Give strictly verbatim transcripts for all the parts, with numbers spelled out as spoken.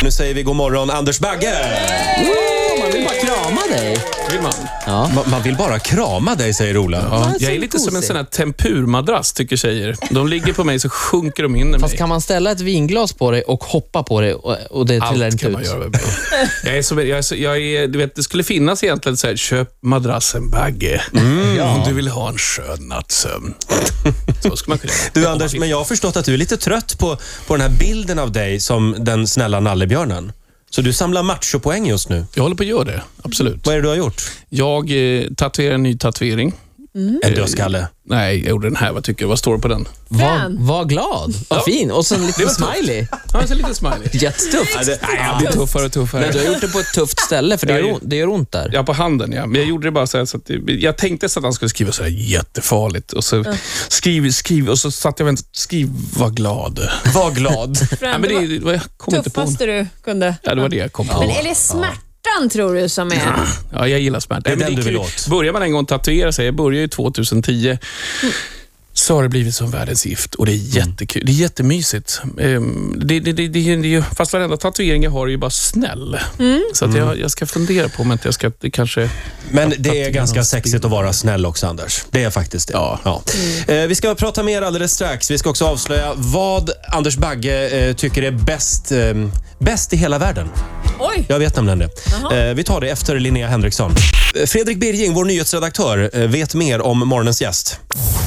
Nu säger vi god morgon, Anders Bagge! Oh, man vill bara krama dig. Vill man? Ja. Ma- man vill bara krama dig, säger Ola. Ja. Jag är lite som en sån här tempurmadrass, tycker tjejer. De ligger på mig så sjunker de in i mig. Fast kan man ställa ett vinglas på dig och hoppa på dig och, och det trillar inte ut? Allt kan man göra. jag är så, jag är så, jag är, du vet, det skulle finnas egentligen så här, köp madrassen Bagge. Mm. Om du vill ha en skön nattsömn. Så ska man kunna. Du Anders, men jag har förstått att du är lite trött på, på den här bilden av dig som den snälla nallebjörnen. Så du samlar machopoäng just nu? Jag håller på att göra det, absolut. Vad är det du har gjort? Jag eh, tatuerar en ny tatuering. Mm. En dödskalle? Nej, jag gjorde den här. Vad tycker du? Vad står det på den? Var, var glad. Vad ja. fin. Och så en liten smiley. Ja, en liten smiley. Jättetufft. Ja, det, nej, jag blir tuffare och tuffare. Men du har gjort det på ett tufft ställe, för det gör, det gör ont där. Ja, på handen, ja. Men jag gjorde det bara så, här, så att det, jag tänkte så att han skulle skriva så här jättefarligt. Och så mm. skriv, skriv, och så satt jag och väntade. Skriv, var glad. Var glad. ja, men det, det var jag kom inte på. Tuffaste du kunde. Ja, det var det jag kom på. Men är det smärta? Tror du som är... Ja, jag gillar smärta. Det är den du vill åt. Börjar man en gång tatuera sig, jag började ju tjugohundratio, mm. så har det blivit som världens gift och det är jättekul. Mm. Det är jättemysigt. Um, det, det, det, det, det, fast varenda tatuering jag har är ju bara snäll. Mm. Så att jag, jag ska fundera på om inte jag ska det kanske... Men det är ganska sexigt att vara snäll också, Anders. Det är faktiskt det. Ja. Ja. Mm. Eh, vi ska prata mer alldeles strax. Vi ska också avslöja vad Anders Bagge eh, tycker är bäst, eh, bäst i hela världen. Oj. Jag vet nämligen det. Eh, vi tar det efter Linnea Henriksson. Fredrik Birging, vår nyhetsredaktör, eh, vet mer om morgonens gäst.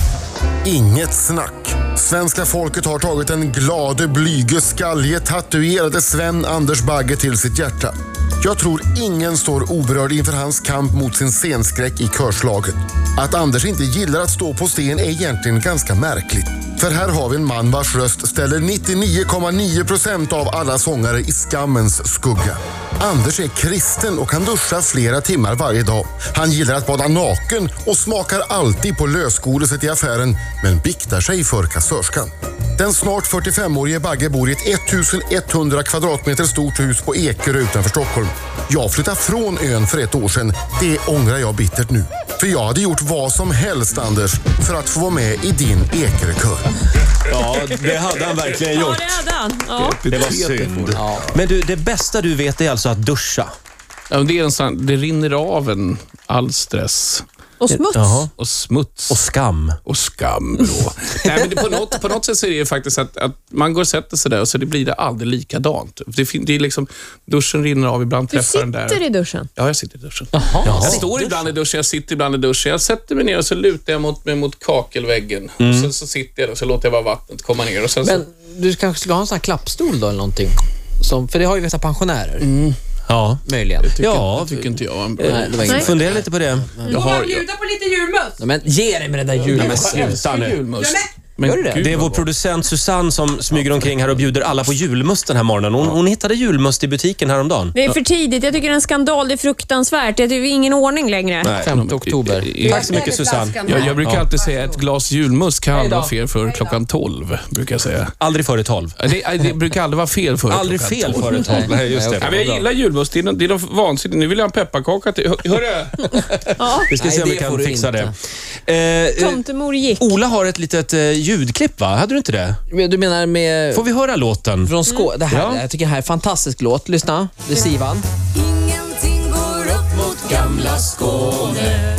Inget snack. Svenska folket har tagit en glade, blyge, skallige, tatuerade Sven Anders Bagge till sitt hjärta. Jag tror ingen står oberörd inför hans kamp mot sin scenskräck i körslaget. Att Anders inte gillar att stå på scen är egentligen ganska märkligt. För här har vi en man vars röst ställer nittionio komma nio procent av alla sångare i skammens skugga. Anders är kristen och kan duscha flera timmar varje dag. Han gillar att bada naken och smakar alltid på lösgodiset i affären, men biktar sig för kassörskan. Den snart fyrtiofemårige Bagge bor i ett elva hundra kvadratmeter stort hus på Ekerö utanför Stockholm. Jag flyttade från ön för ett år sedan. Det ångrar jag bittert nu. För jag hade gjort vad som helst, Anders, för att få vara med i din Ekerö-kör. Ja, det hade han verkligen gjort. Ja, det hade han. Ja. Det var synd. Ja. Men du, det bästa du vet är alltså att duscha. Ja, det, är en sån, det rinner av en all stress. Och smuts. Jaha. Och smuts. Och skam. Och skam då. Nej, men det, på, något, på något sätt så är det ju faktiskt att, att man går och sätter sig där och så det blir det aldrig likadant. Det, det är liksom, duschen rinner av, ibland träffar den där. Du sitter i duschen? Ja, jag sitter i duschen. Jaha. Jag står ibland i duschen, jag sitter ibland i duschen. Jag sätter mig ner och så lutar jag mot, mig mot kakelväggen. Mm. Och sen så sitter jag och så låter jag bara vattnet komma ner. Och sen men så... du kanske ska ha en sån här klappstol då eller någonting? Som, för det har ju vissa pensionärer. Mm. Ja, möjligen. Det tycker, ja, det tycker inte jag. Nej, det var ingen. Fundera lite på det. Jag har bjuda på lite julmust. Ja, men ge dig med den där julmust. Jag älskar julmust. Men Gör du det? Gud, Det är vår producent Susanne som smyger omkring här och bjuder alla på julmust den här morgonen. Hon, hon hittade julmust i butiken häromdagen. Det är för tidigt. Jag tycker det är en skandal. Det är fruktansvärt. Det är ingen ordning längre. Nej. femte oktober. Tack så mycket, Susanne. Jag, jag brukar alltid säga att ett glas julmust kan aldrig vara fel för klockan tolv, brukar jag säga. Aldrig före tolv. Det, det brukar aldrig vara fel för Aldrig klockan fel tolv. före tolv. Nej, just det. Ja, men jag gillar julmust. Det är något, det är något vansinnigt. Nu vill jag ha en pepparkaka till. Hör, hörru! Ja. Vi ska Nej, se om vi det kan får du fixa inte. det. Eh, Tomtemor gick. Ola har ett litet eh, ljudklipp, va? Hade du inte det? Men du menar med... Får vi höra låten? Från Skå... Det här, Ja. Jag tycker det här är en fantastisk låt. Lyssna. Det är Sivan. Ingenting går upp mot gamla Skåne.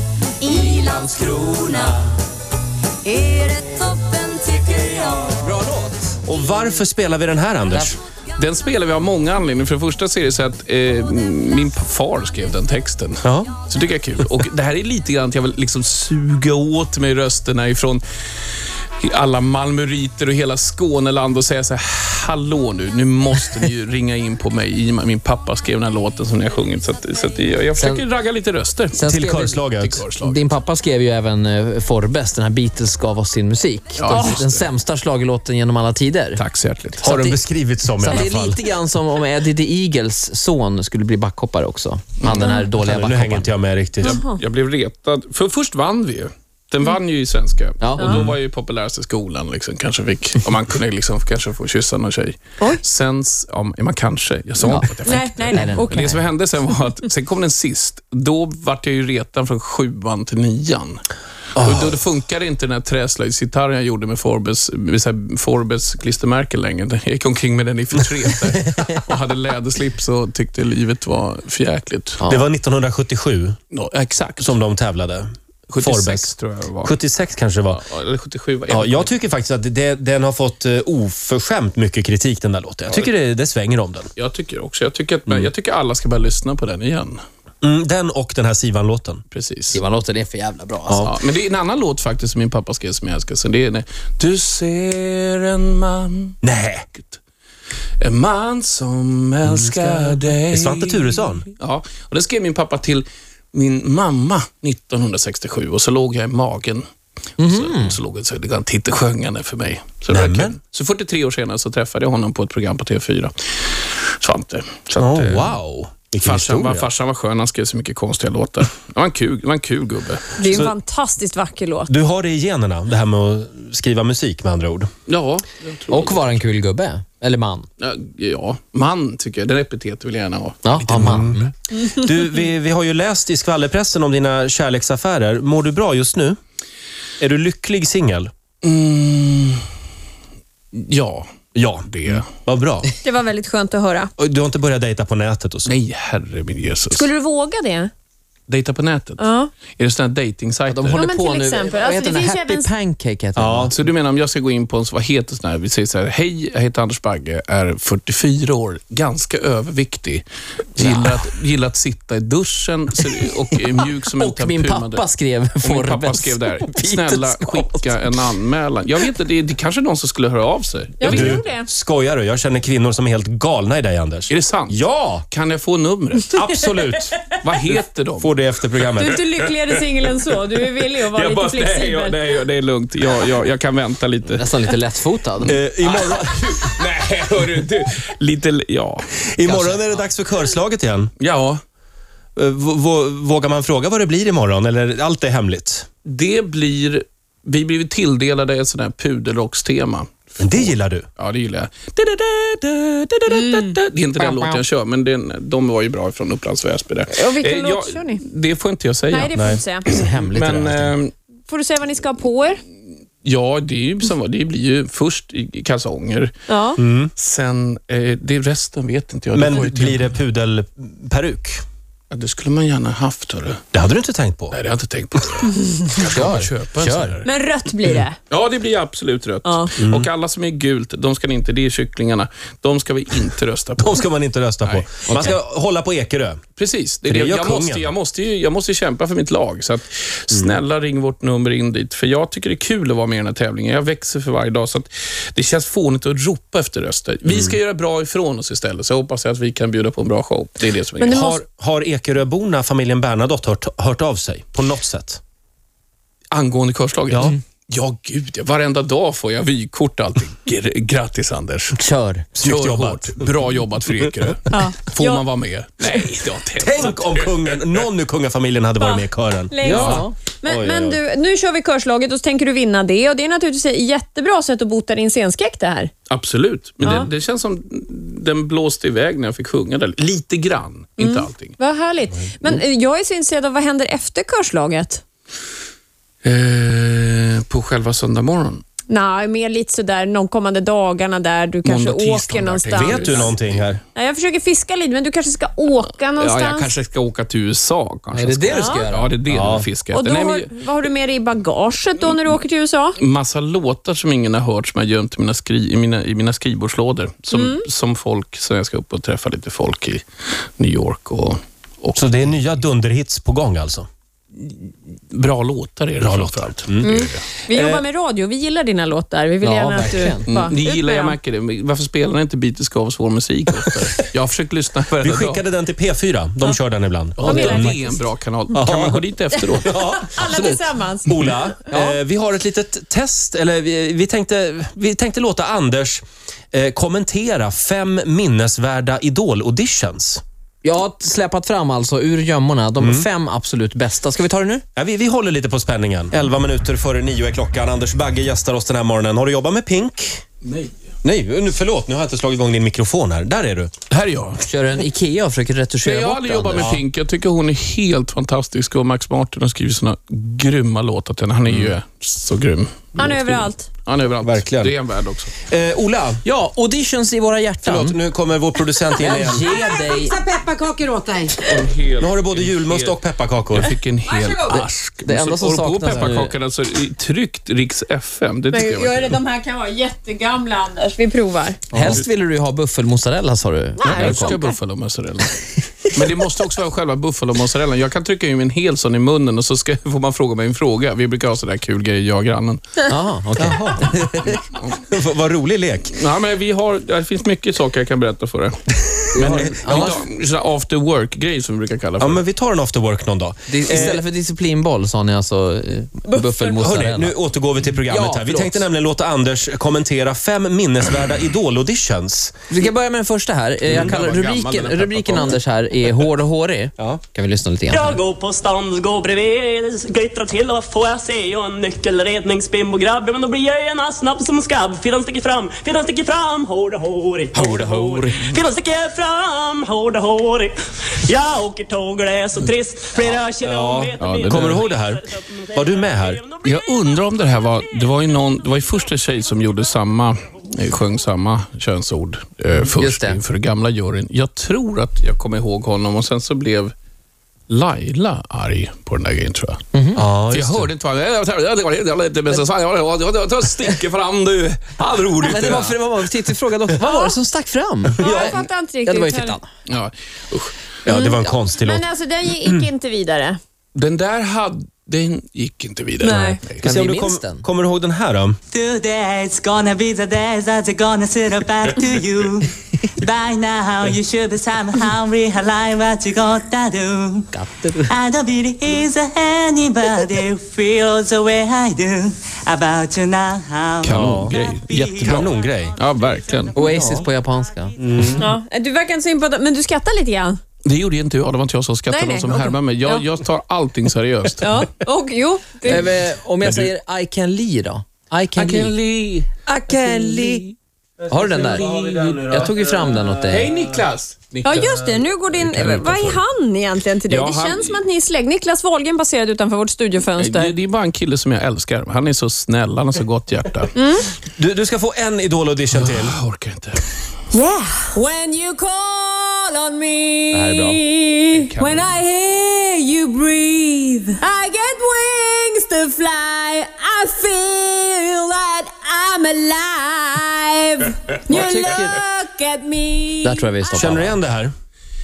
I Landskrona är det toppen, tycker jag. Bra låt. Och varför spelar vi den här, Anders? Den spelar vi av många anledningar. För det första så är det så att eh, min far skrev den texten. Ja. Så tycker jag är kul. Och det här är lite grann att jag vill liksom suga åt mig rösterna ifrån alla malmöriter och hela Skåneland och säga så här: hallå nu, nu måste ni ju ringa in på mig. Min pappa skrev den här låten som jag sjungit. Så, att, så att jag, jag försöker Sen- ragga lite röster. Sen Till skrev- körslaget. Till körslag. Din pappa skrev ju även uh, Forbes, den här Beatles gav oss sin musik. Ja, den, just den det. sämsta schlagerlåten genom alla tider. Tack så hjärtligt. Har att den det- beskrivits som i Så alla det är fall. lite grann som om Eddie the Eagles son skulle bli backhoppare också. Han den här dåliga Nu hänger backhopparen. inte jag med riktigt. Jag, jag blev retad. För först vann vi ju. Den vann ju i svenska. Ja. Och då var jag ju populärast i skolan. Liksom, kanske fick, om man kunde liksom, kanske få kyssa någon tjej. Oj. Sen, ja, man kanske. Jag sa Ja. inte att jag fick. Nej, nej, nej. nej. Okej. Det som hände sen var att, sen kom den sist. Då vart jag ju retan från sjuan till nian. Och då, då funkar inte den här träslöjdsgitarren jag gjorde med Forbes, med så här Forbes klistermärken längre. Jag gick omkring med den i förtret där och hade läderslips och tyckte livet var förjäkligt. Det var nittonhundrasjuttiosju No, exakt. som de tävlade. sjuttiosex Forbes. tror jag det var. sjuttiosex kanske det var. Ja, eller sjuttiosju var Ja, jag tycker faktiskt att det, den har fått uh, oförskämt mycket kritik, den där låten. Jag tycker det, det svänger om den. Jag tycker också. Jag tycker, att, mm. jag tycker alla ska börja lyssna på den igen. Mm, den och den här Sivan-låten. Precis. Sivan-låten är för jävla bra. Alltså. Ja, men det är en annan låt faktiskt som min pappa skrev som jag älskar. Så det är när du ser en man. Nej. En man som älskar dig. Det är Svante Thuresson. Ja, och det skrev min pappa till min mamma nittonhundrasextiosju och så låg jag i magen. Mm. Så, så låg jag så det kan titta sjöngande för mig. Så, verkligen, så fyrtiotre år senare så träffade jag honom på ett program på T V fyra. Svante. Så oh, att, wow. Farsan var, farsan var skön, han skrev så mycket konstiga låtar. Det var en kul, det var en kul gubbe. Det är en så, fantastiskt vacker låt. Du har det i generna, det här med att skriva musik med andra ord. Ja. Jag tror och vara en kul gubbe. Eller man. Ja, ja, man tycker jag. Den epitetet vill jag gärna ha. Ja, lite ja, man. man. Du, vi, vi har ju läst i skvallerpressen om dina kärleksaffärer. Mår du bra just nu? Är du lycklig singel? Mm, ja. Ja, det. Vad bra. Det var väldigt skönt att höra. Och du har inte börjat dejta på nätet och så? Nej, herre min Jesus. Skulle du våga det? Dejta på nätet? Ja. Är det sådana här dating-sajter? De håller Ja, men på till nu. exempel. Vad Alltså, heter det den? finns Happy även- Pancake heter Ja. den. Så du menar om jag ska gå in på en, vad heter sån här, vi säger så här, hej, jag heter Anders Bagge, är fyrtiofyra år, ganska överviktig, gillar, att, gillar att sitta i duschen och är mjuk som en Och min tampumade. pappa skrev Och min pappa Forbes. skrev där, snälla skicka en anmälan. Jag vet inte, det är, det är kanske någon som skulle höra av sig. Jag vet tror inte. det. Skojar du? Jag känner kvinnor som är helt galna i dig, Anders. Är det sant? Ja, Kan jag få numret? absolut. Vad heter de? Får det efter programmet. Du är inte lyckligare singel än så. Du är villig att vara Jag lite bara, nej, flexibel. jag, nej, det är lugnt. Jag, jag, jag kan vänta lite. Nästan lite lättfotad. Eh, imorgon, Nej, hörru, du. Lite, ja. imorgon är det dags för körslaget igen. Ja, Eh, v- v- vågar man fråga vad det blir imorgon? Eller allt är hemligt? det blir... Vi blir tilldelade ett sånt här pudelrockstema. Men det gillar du. Ja, det gillar jag. Det är inte den låten jag kör, men den, de var ju bra från Upplands Väsby där. Och vilken Eh, låt jag- kör ni? Det får inte jag säga. Nej, det får du inte säga. Så hemligt Men är det alltid. eh, Får du säga vad ni ska ha på er? ja, det, är ju som, det blir ju först i kalsonger. Ja. Sen, eh, det resten vet inte jag. Det Men får ju till- blir det pudelperuk? Ja, det skulle man gärna haft, hörru. Det hade du inte tänkt på. Nej, det har jag inte tänkt på. Kanske man köpa en Kör. sån här. Men rött blir det. Ja, det blir absolut rött. Ja. Och alla som är gult, de ska ni inte, det är kycklingarna, de ska vi inte rösta på. De ska man inte rösta Nej. på. Man ska hålla på Ekerö. Precis, det är För det det. gör Jag, kungen. måste, jag, måste ju, jag måste ju kämpa för mitt lag. Så att, snälla ring vårt nummer in dit. För jag tycker det är kul att vara med i den här tävlingen. Jag växer för varje dag. Så att det känns fånigt att ropa efter röster. Vi ska göra bra ifrån oss istället. Så jag hoppas att vi kan bjuda på en bra show. Det är det som är Men grejen. det Har, måste- har Ekeröborna, familjen Bernadotte, hört, hört av sig på något sätt? Angående körslaget? Ja. Ja, gud. Ja. Varenda dag får jag vykort och allting. Gr- Grattis, Anders. Kör. Snyggt Kör jobbat. hårt. Bra jobbat för Ekerö. Ja. Får Ja. man vara med? Nej, det har inte hänt. Tänk om kungen, någon ur kungafamiljen hade varit med i kören. Längst. Ja. Men, Oj, men oj, du, nu kör vi körslaget och så tänker du vinna det. Och det är naturligtvis ett jättebra sätt att bota din scenskräck det här. Absolut. Men Ja. det, det känns som den blåste iväg när jag fick sjunga där. Lite grann, inte allting. Vad härligt. Men eh, jag är så intresserad av vad händer efter körslaget? Eh, på själva söndag morgon. Nej, mer lite sådär de kommande dagarna där du kanske Måndag, tisdag, åker där någonstans. tänker Vet du någonting här? Nej, jag försöker fiska lite, men du kanske ska åka någonstans. Ja, jag kanske ska åka till U S A. Kanske Är det jag ska. det du ska göra? Ja, det är det Ja. jag fiskar Och efter. då Nej, har, men, vad har du med dig i bagaget då när du åker till U S A? massa låtar som ingen har hört som jag gömt i mina, skri, i mina, i mina skrivbordslådor. Som, Mm. som folk, så jag ska upp och träffa lite folk i New York. Och, och Så det är nya dunderhits på gång alltså? bra låtar är det Bra framförallt. låtar. Mm. Vi jobbar med radio, vi gillar dina låtar. Vi vill Ja, gärna att verkligen. du... Mm, bara, ni ut gillar, med jag dem. märker det. Men varför spelar ni inte Beatles Skav svår musik oftare? Jag har försökt lyssna på det. Vi skickade den till P fyra. De kör den ibland. Ja, det gillar jag är faktiskt. en bra kanal. Kan man gå dit efteråt? Ja, Alla tillsammans. Ola, eh, vi har ett litet test. Eller vi, vi, tänkte, vi tänkte låta Anders eh, kommentera fem minnesvärda Idol-auditions. Jag har släpat fram alltså ur gömmorna de fem absolut bästa. Ska vi ta det nu? Ja, vi, vi håller lite på spänningen. elva minuter före nio är klockan. Anders Bagge gästar oss den här morgonen. Har du jobbat med Pink? Nej. Nej, nu, förlåt. Nu har jag inte slagit igång din mikrofon här. Där är du. Här är jag. Kör en Ikea och försöker retuschera Jag har bort aldrig den. jobbat med Pink. Jag tycker hon är helt fantastisk och Max Martin har skrivit såna grymma låtar till henne. Han är ju så grym. Han är överallt. Han är överallt. Verkligen. Det är en värld också. Eh, Ola, Ja, auditions i våra hjärtan. förlåt. Nu kommer vår producent in Jag igen. ger dig... Fixa pepparkakor åt dig. Hel, Nu har du både julmust och pepparkakor. Jag fick en hel Varsågod. ask. Det enda som Och på saknas här- pepparkakorna så är tryckt Riks F M. Det Men tycker jag gör var det, kul. de här kan vara jättegamla, Anders. Vi provar. Helst ville du ju ha buffelmozzarella, sa du. Jag älskar buffalo mozzarella. Men det måste också vara själva buffalo mozzarella. Jag kan trycka in en hel sån i munnen och så ska, får man fråga mig en fråga. Vi brukar ha sådär kul grejer, jag och grannen. Jaha, okej. V- Vad rolig lek. Ja, men vi har, det finns mycket saker jag kan berätta för er. Men ja, sådär after work-grej som vi brukar kalla för. Ja, men vi tar en after work någon dag. Det- Istället för disciplinboll sa ni alltså eh, buffelmozzarella. Hörrni, nu återgår vi till programmet Ja, här. Vi förlåt. tänkte nämligen låta Anders kommentera fem minnesvärda Idol-auditions. Vi kan börja med den första här. Eh, Jag kallar var gammal, rubriken, den här rubriken pepparkakan. Anders här är Hård och hårig. Ja. Kan vi lyssna lite grann? Jag går på stan, går bredvid, glittrar till och får jag se och en nyckelredningsbimbo-grabb. Men då blir jag ena snabb som skabb. Fyran sticker fram, fyran sticker fram, hård och hårig, hård och hårig. Fyran sticker fram, hård och hårig. Jag åker tåg och det är så trist, flera kilometer. Ja, det där- Kommer du ihåg det här? Var du med här? Jag undrar om det här var... Det var ju någon... Det var ju första tjej som gjorde samma... eh, Sjöng samma könsord eh, först Just det. inför gamla juryn. Jag tror att jag kommer ihåg honom och sen så blev Laila arg på den där grejen, tror jag. Ja, För jag hörde inte vad... Det var det lite bäst. Jag sticker fram du. Ja, det är roligt. Men det var för det var Titti frågade också, vad var det som stack fram? Ja, jag fattar inte riktigt. Ja, det var ju heller. Tittan. Ja, usch. Ja, det var en konstig låt. Men alltså, den gick inte vidare. Den där hade... Den gick inte vidare. Nej. Kan Se om ni du minns kom, den? kommer du ihåg den här då? Today's gonna be the day that I'm gonna sit up back to you. By now you should be somehow realize what you gotta do. I don't believe it's anybody who feels the way I do about you now. Kanongrej. Jättebra. Kanongrej. Ja, verkligen. Oasis på japanska. Ja. Du verkar inte så imponerad, men du skrattar lite grann. Det gjorde inte jag. Det var inte jag som skrattade. Nej, nej, Någon som okej. härmade mig. Jag, Ja. jag tar allting seriöst. Ja, och jo. Det, Eh, men Om jag säger I can Lee då? I can, Lee. Lee. I can Lee. Har du den där? Jag tog ju fram den åt dig. Hej Niklas! ja, Niklas. just det. Nu går din... Vad är han egentligen till dig? Ja, det han- känns som att ni är slägg. Niklas Wahlgren passerade utanför vårt studiofönster. Det, det är bara en kille som jag älskar. Han är så snäll, han har så gott hjärta. Du, du ska få en Idol-audition till. Jag orkar inte. Yeah. When you call on me, Det här är bra. when I hear you breathe, I get wings to fly. I feel that I'm alive. You tycker- look at me. Där tror jag vi stoppar. Känner du igen det här?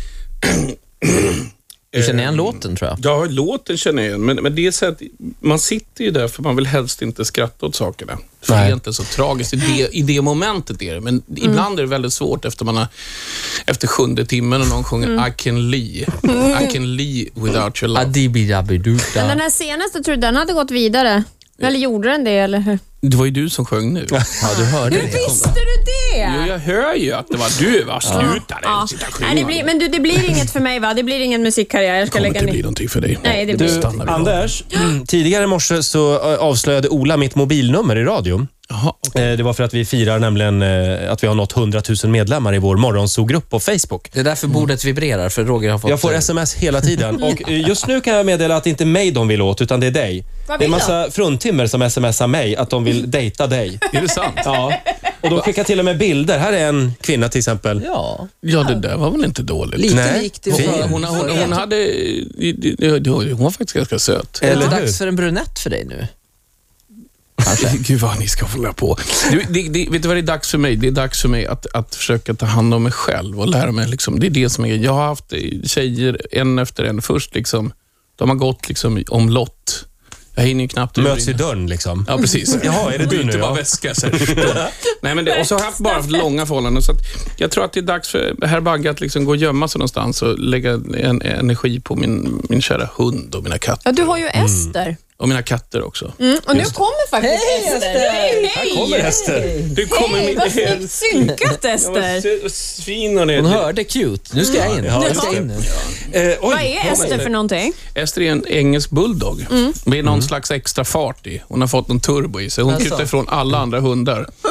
Du känner igen låten, tror jag. Ja, låten känner jag igen. Men, men det är så att man sitter ju där för man vill helst inte skratta åt sakerna. För Nej. det är inte så tragiskt. I det, i det momentet är det. Men ibland är det väldigt svårt efter man har, efter sjunde timmen och någon sjunger I can lee. I can lee without your love. Men Adibidabiduta. den här senaste, tror du den hade gått vidare? Eller gjorde den det, eller hur? Det var ju du som sjöng nu. Ja, du hörde Hur det. visste du det? Jo, jag hör ju att det var du. Va? Sluta Ja. Sitta och Nej, sjunga. det blir, men du, det blir inget för mig, va? Det blir ingen musikkarriär. Jag ska kommer lägga inte bli ner. någonting för dig. Nej, det blir Du, inte. stannar vi då. Anders, tidigare i morse så eh, avslöjade Ola mitt mobilnummer i radion. Jaha, okej. Eh, Det var för att vi firar nämligen eh, att vi har nått hundra tusen medlemmar i vår morgonsogrupp på Facebook. Det är därför bordet vibrerar, för Roger har fått... Jag får sms hela tiden och eh, just nu kan jag meddela att det inte är mig de vill åt utan det är dig. Vad Det är en vill massa fruntimmer som smsar mig att de vill dejta dig. Är det sant? Ja, och de skickar till och med bilder. Här är en kvinna till exempel. Ja, Ja, det där var väl inte dåligt. lite Nej, likt det. fin. Hon, hon, hon, hon hade... Hon var faktiskt ganska söt. Är Eller det hur? dags för en brunett för dig nu? Gud vad ni ska hålla på. Du, det, det, vet du vad det är dags för mig? Det är dags för mig att, att försöka ta hand om mig själv och lära mig. Liksom, det är det som är... Jag har haft tjejer en efter en. Först liksom, de har gått liksom omlott. Jag hinner ju knappt... Möts i dörren liksom. Ja, precis. Jaha, är det du nu, Byter bara ja? väska. Så. Nej, men det, och så har jag haft bara haft långa förhållanden. Så att jag tror att det är dags för herr Bagge att liksom gå och gömma sig någonstans och lägga en, energi på min, min kära hund och mina katter. Ja, du har ju Ester. Och mina katter också. Mm, och nu kommer faktiskt Ester. Hej, hej! Kommer Ester. Du kommer Hej, min... vad snyggt synkat, Ester. Svin och Hon hörde cute. Nu ska jag in. Ja, Nu just ska jag det. in nu. Eh, oj, Vad är Ester för någonting? Ester är en engelsk bulldog med någon slags extra fart i. Hon har fått någon turbo i sig. Hon Alltså. kutar ifrån alla andra hundar.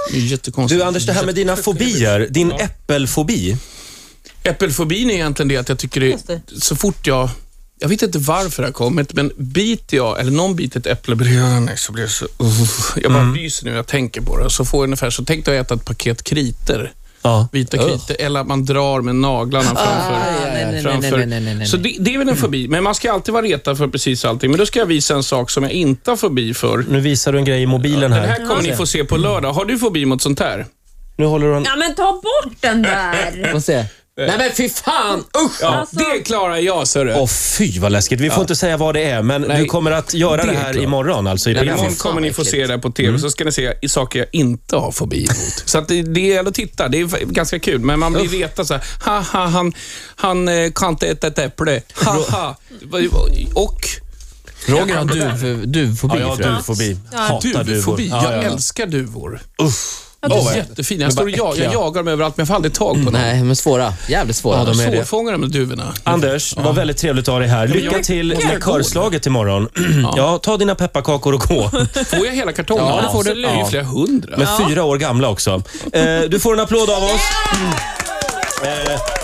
Det är jättekonstigt. Du Anders, det här med dina fobier. Din äppelfobi. Äppelfobin är egentligen det att jag tycker det, det. så fort jag... Jag vet inte varför det har kommit, men biter jag, eller någon biter ett äpple bredvid mig så blir det så... Uh, jag bara mm. lyser nu, jag tänker på det. Så får jag ungefär, så tänkte jag äta ett paket kriter. Ja. Vita kriter, uh. eller att man drar med naglarna framför. Ah, nej, nej, framför. Nej, nej, nej, nej. Så det, det är väl en fobi. Men man ska alltid vara retad för precis allting. Men då ska jag visa en sak som jag inte har fobi för. Nu visar du en grej i mobilen här. Den här kommer ja. ni få se på lördag. Har du fobi mot sånt här? Nu håller hon... Ja, men ta bort den där. Får se. Nej men fy fan, usch! Ja, alltså... Det klarar jag, så det. Åh fy vad läskigt. Vi får ja. inte säga vad det är, men Nej, du kommer att göra det, det här imorgon alltså i imorgon kommer ni få se det på tv, mm. så ska ni se i saker jag inte har fobi mot. Så att det, det är att titta, det är ganska kul, men man blir retad så här, haha, han, han kan inte äta ett äpple, haha. Och... Roger har du, duvfobi. Ja, jag har duvfobi. Hatar duvfobi. Jag ja, ja. älskar duvor. Uff. De är jättefina. Jag, står och jag, jag jagar dem överallt, men jag får aldrig tag på dem. Nej, men svåra. Jävligt svåra. Ja, de är svårfångade med duvorna. Anders, det var väldigt trevligt att ha dig här. Lycka till med körslaget imorgon. Ja. ja, ta dina pepparkakor och gå. Får jag hela kartongen? Ja, det får du. Det är ju flera hundra. Med fyra år gamla också. Du får en applåd av oss.